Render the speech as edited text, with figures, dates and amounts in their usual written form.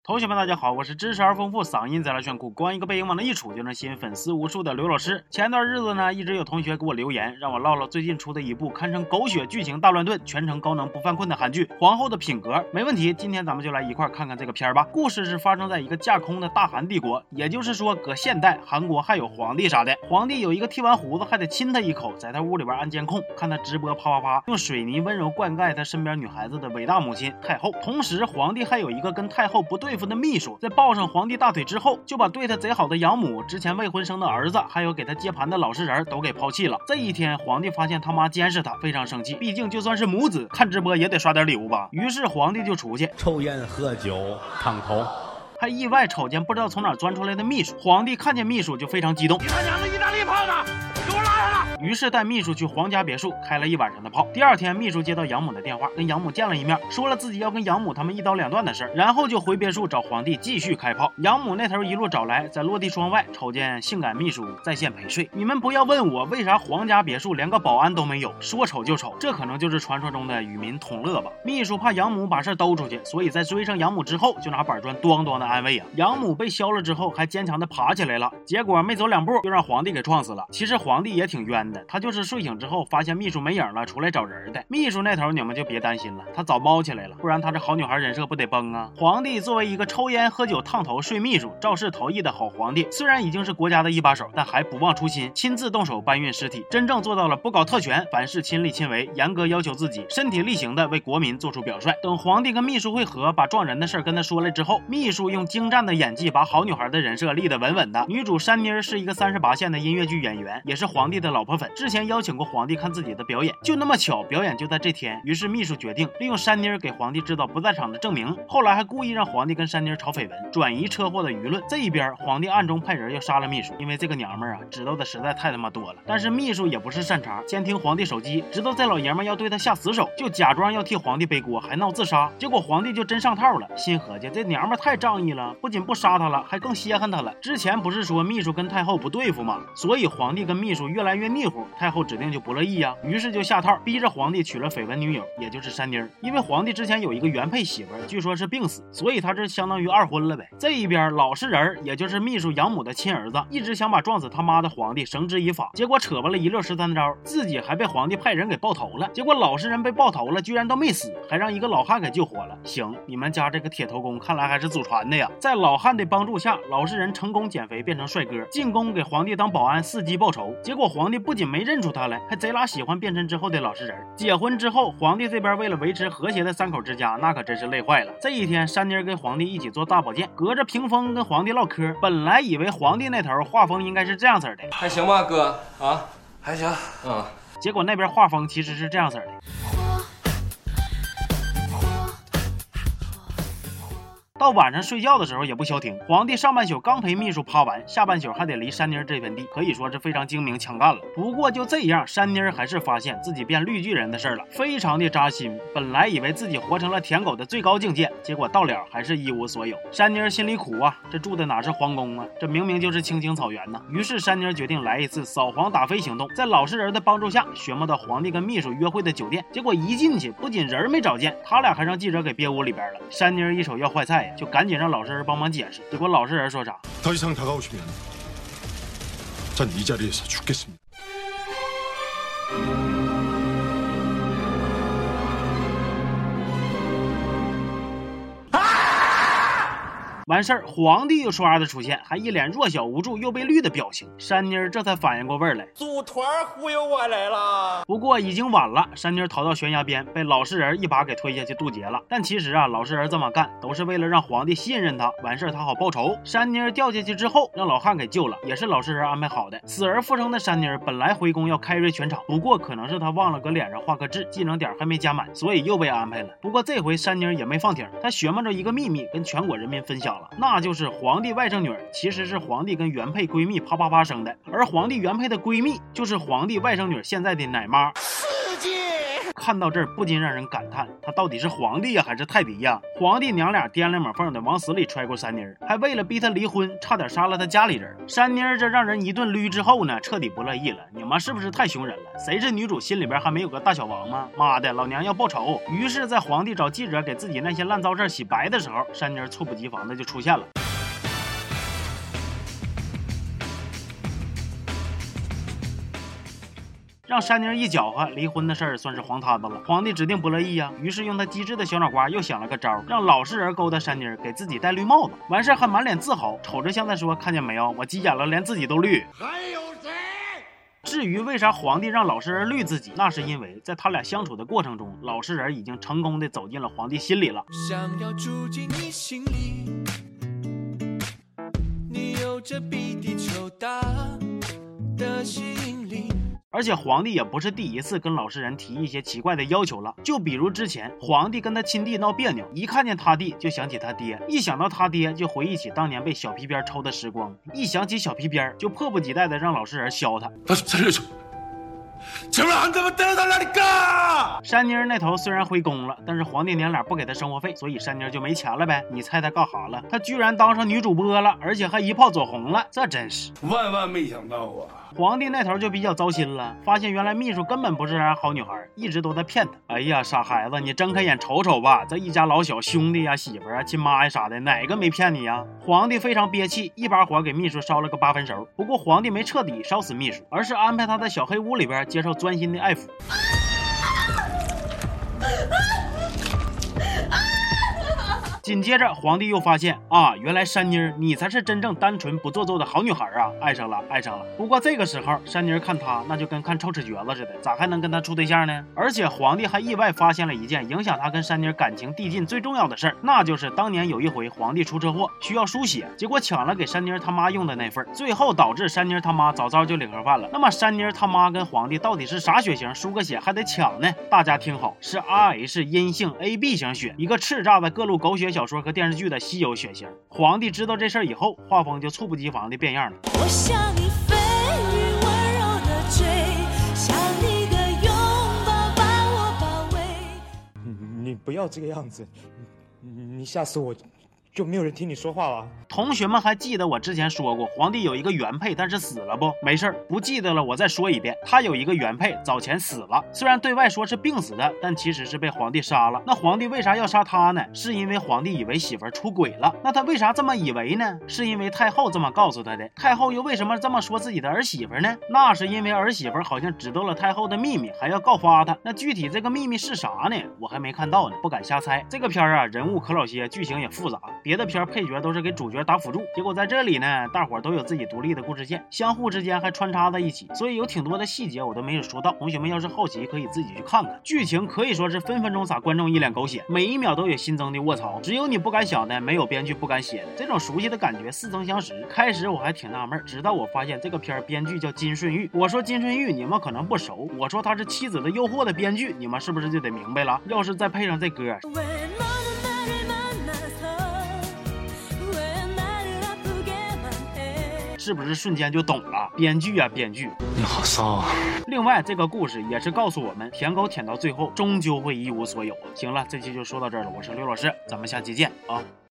同学们大家好，我是知识而丰富，嗓音再来炫酷，光一个背影往那一杵就能吸引粉丝无数的刘老师。前段日子呢，一直有同学给我留言，让我唠唠最近出的一部堪称狗血剧情大乱炖，全程高能不犯困的韩剧《皇后的品格》。没问题，今天咱们就来一块看看这个片儿吧。故事是发生在一个架空的大韩帝国，也就是说搁现代韩国还有皇帝啥的。皇帝有一个剃完胡子还得亲他一口，在他屋里边安监控，看他直播啪啪啪，用水泥温柔灌溉他身边女孩子的伟大母亲太后。同时皇帝还有一个跟太后不对付的秘书，在抱上皇帝大腿之后，就把对他贼好的养母、之前未婚生的儿子，还有给他接盘的老实人都给抛弃了。这一天，皇帝发现他妈监视他，非常生气，毕竟就算是母子，看直播也得刷点礼物吧。于是皇帝就出去抽烟喝酒烫头， 还意外瞅见不知道从哪钻出来的秘书。皇帝看见秘书就非常激动， 你他娘的意大利炮呢，给我拉上来！ 于是带秘书去皇家别墅开了一晚上的炮。第二天，秘书接到养母的电话，跟养母见了一面，说了自己要跟养母他们一刀两断的事，然后就回别墅找皇帝继续开炮。养母那头一路找来，在落地窗外瞅见性感秘书在线陪睡。你们不要问我为啥皇家别墅连个保安都没有，说丑就丑，这可能就是传说中的与民同乐吧。秘书怕养母把事兜出去，所以在追上养母之后，就拿板砖咣咣的安慰啊。养母被削了之后，还坚强的爬起来了，结果没走两步就让皇帝给撞死了。其实皇帝也挺冤的，他就是睡醒之后发现秘书没影了，出来找人的。秘书那头你们就别担心了，他早猫起来了，不然他这好女孩人设不得崩啊。皇帝作为一个抽烟喝酒烫头睡秘书肇事逃逸的好皇帝，虽然已经是国家的一把手，但还不忘初心，亲自动手搬运尸体，真正做到了不搞特权，凡事亲力亲为，严格要求自己，身体力行的为国民做出表率。等皇帝跟秘书会合，把撞人的事跟他说了之后，秘书用精湛的演技把好女孩的人设立得稳稳的。女主珊妮儿是一个38线的音乐剧演员，也是皇帝的老婆粉，之前邀请过皇帝看自己的表演，就那么巧表演就在这天，于是秘书决定利用珊妮儿给皇帝制造不在场的证明，后来还故意让皇帝跟珊妮儿炒绯闻，转移车祸的舆论。这一边皇帝暗中派人要杀了秘书，因为这个娘们儿啊知道的实在太他妈多了。但是秘书也不是善茬，监听皇帝手机，知道这老爷们要对他下死手，就假装要替皇帝背锅，还闹自杀。结果皇帝就真上套了，心合计这娘们儿太仗义了，不仅不杀他了，还更稀罕他了。之前不是说秘书跟太后不对付吗？所以皇帝跟秘书越来越腻乎，太后指定就不乐意呀，于是就下套，逼着皇帝娶了绯闻女友，也就是珊妮儿。因为皇帝之前有一个原配媳妇儿，据说是病死，所以他这相当于二婚了呗。这一边老实人，也就是秘书养母的亲儿子，一直想把撞死他妈的皇帝绳之以法，结果扯巴了一溜13招，自己还被皇帝派人给爆头了。结果老实人被爆头了，居然都没死，还让一个老汉给救活了。行，你们家这个铁头功看来还是祖传的呀。在老汉的帮助下，老实人成功减肥变成帅哥，进宫给皇帝当保安伺机报仇。结果皇帝不仅没认出他来，还贼拉喜欢变身之后的老实人。结婚之后，皇帝这边为了维持和谐的三口之家，那可真是累坏了。这一天，珊妮儿跟皇帝一起做大保健，隔着屏风跟皇帝唠嗑。本来以为皇帝那头画风应该是这样式的， 还行吧哥啊， 还行， 结果那边画风其实是这样式的。到晚上睡觉的时候也不消停，皇帝上半宿刚陪秘书趴完，下半宿还得离珊妮儿这边地，可以说是非常精明强干了。不过就这样，珊妮儿还是发现自己变绿巨人的事了，非常的扎心。本来以为自己活成了舔狗的最高境界，结果到了还是一无所有。珊妮儿心里苦啊，这住的哪是皇宫啊，这明明就是青青草原呐。于是珊妮儿决定来一次扫黄打非行动，在老实人的帮助下，寻摸到皇帝跟秘书约会的酒店。结果一进去，不仅人没找见，他俩还让记者给憋屋里边了。珊妮儿一手要坏菜呀，就赶紧让老实人帮忙解释。结果老实人说啥？ 더 이상 다가오시면 전 이 자리에서 죽겠습니다. 完事儿，皇帝又唰的出现，还一脸弱小无助又被绿的表情。珊妮儿这才反应过味儿来， 组团忽悠我来了。 不过已经晚了，珊妮儿逃到悬崖边，被老实人一把给推下去渡劫了。但其实啊，老实人这么干都是为了让皇帝信任他，完事儿他好报仇。珊妮儿掉下去之后，让老汉给救了，也是老实人安排好的。死而复生的珊妮儿本来回宫要开瑞全场，不过可能是他忘了搁脸上画个痣，技能点还没加满，所以又被安排了。不过这回珊妮儿也没放停，她学摸着一个秘密跟全国人民分享了，那就是皇帝外甥女儿其实是皇帝跟原配闺蜜啪啪啪生的，而皇帝原配的闺蜜就是皇帝外甥女儿现在的奶妈。 看到这儿不禁让人感叹，他到底是皇帝呀还是泰迪呀？皇帝娘俩颠了抹缝的往死里揣过山妮儿，还为了逼他离婚差点杀了他家里人。山妮儿这让人一顿捋之后呢，彻底不乐意了，你们是不是太凶人了？谁是女主心里边还没有个大小王吗？妈的，老娘要报仇！于是在皇帝找记者给自己那些烂糟事洗白的时候，山妮儿猝不及防的就出现了。让山妮儿一搅和，离婚的事儿算是黄摊子了。皇帝指定不乐意呀，于是用他机智的小脑瓜又想了个招，让老实人勾搭山妮儿，给自己戴绿帽子。完事儿还满脸自豪，瞅着像在说：“看见没有，我急眼了，连自己都绿。” 还有谁？ 至于为啥皇帝让老实人绿自己，那是因为在他俩相处的过程中，老实人已经成功的走进了皇帝心里了。 想要住进你心里，你有着比地球大的吸引力。 而且皇帝也不是第一次跟老实人提一些奇怪的要求了，就比如之前皇帝跟他亲弟闹别扭，一看见他弟就想起他爹，一想到他爹就回忆起当年被小皮鞭抽的时光，一想起小皮鞭就迫不及待的让老实人削他。山妮儿那头虽然回宫了，但是皇帝娘俩不给他生活费，所以山妮儿就没钱了呗。你猜他干啥了？他居然当上女主播了，而且还一炮走红了，这真是万万没想到啊！ 皇帝那头就比较糟心了，发现原来秘书根本不是啥好女孩，一直都在骗他。哎呀，傻孩子，你睁开眼瞅瞅吧，这一家老小，兄弟呀、媳妇啊、亲妈呀啥的，哪个没骗你呀？皇帝非常憋气，一把火给秘书烧了个8分熟。不过皇帝没彻底烧死秘书，而是安排他在小黑屋里边接受专心的爱抚。紧接着皇帝又发现啊，原来山妮儿你才是真正单纯不做作的好女孩啊，爱上了。不过这个时候山妮儿看他那就跟看臭齿橛子似的，咋还能跟他处对象呢？而且皇帝还意外发现了一件影响他跟山妮儿感情递进最重要的事儿，那就是当年有一回皇帝出车祸需要输血，结果抢了给山妮儿他妈用的那份，最后导致山妮儿他妈早早就领盒饭了。那么山妮儿他妈跟皇帝到底是啥血型，输个血还得抢呢？大家听好，是 RH 阴性 AB 型血，一个叱咤的各路狗血小说和电视剧的稀有血型。皇帝知道这事儿以后，画风就猝不及防的变样了。 我想你飞于温柔的追，想你的拥抱把我包围。 你不要这个样子，你吓死我，就没有人听你说话了。 同学们还记得我之前说过皇帝有一个原配但是死了不？没事儿，不记得了我再说一遍，他有一个原配早前死了，虽然对外说是病死的，但其实是被皇帝杀了。那皇帝为啥要杀他呢？是因为皇帝以为媳妇儿出轨了。那他为啥这么以为呢？是因为太后这么告诉他的。太后又为什么这么说自己的儿媳妇呢？那是因为儿媳妇好像知道了太后的秘密，还要告发他。那具体这个秘密是啥呢？我还没看到呢，不敢瞎猜。这个片啊，人物可老些，剧情也复杂，别的片配角都是给主角打辅助，结果在这里呢，大伙都有自己独立的故事线，相互之间还穿插在一起，所以有挺多的细节我都没有说到。同学们要是好奇，可以自己去看看。剧情可以说是分分钟撒观众一脸狗血，每一秒都有新增的卧槽，只有你不敢想的，没有编剧不敢写的。这种熟悉的感觉似曾相识。开始我还挺纳闷，直到我发现这个片编剧叫金顺玉。我说金顺玉你们可能不熟，我说他是《妻子的诱惑》的编剧，你们是不是就得明白了？要是再配上这歌，是不是瞬间就懂了？编剧啊，编剧， 你好骚啊！ 另外，这个故事也是告诉我们，舔狗舔到最后，终究会一无所有。行了，这期就说到这儿了，我是刘老师，咱们下期见啊。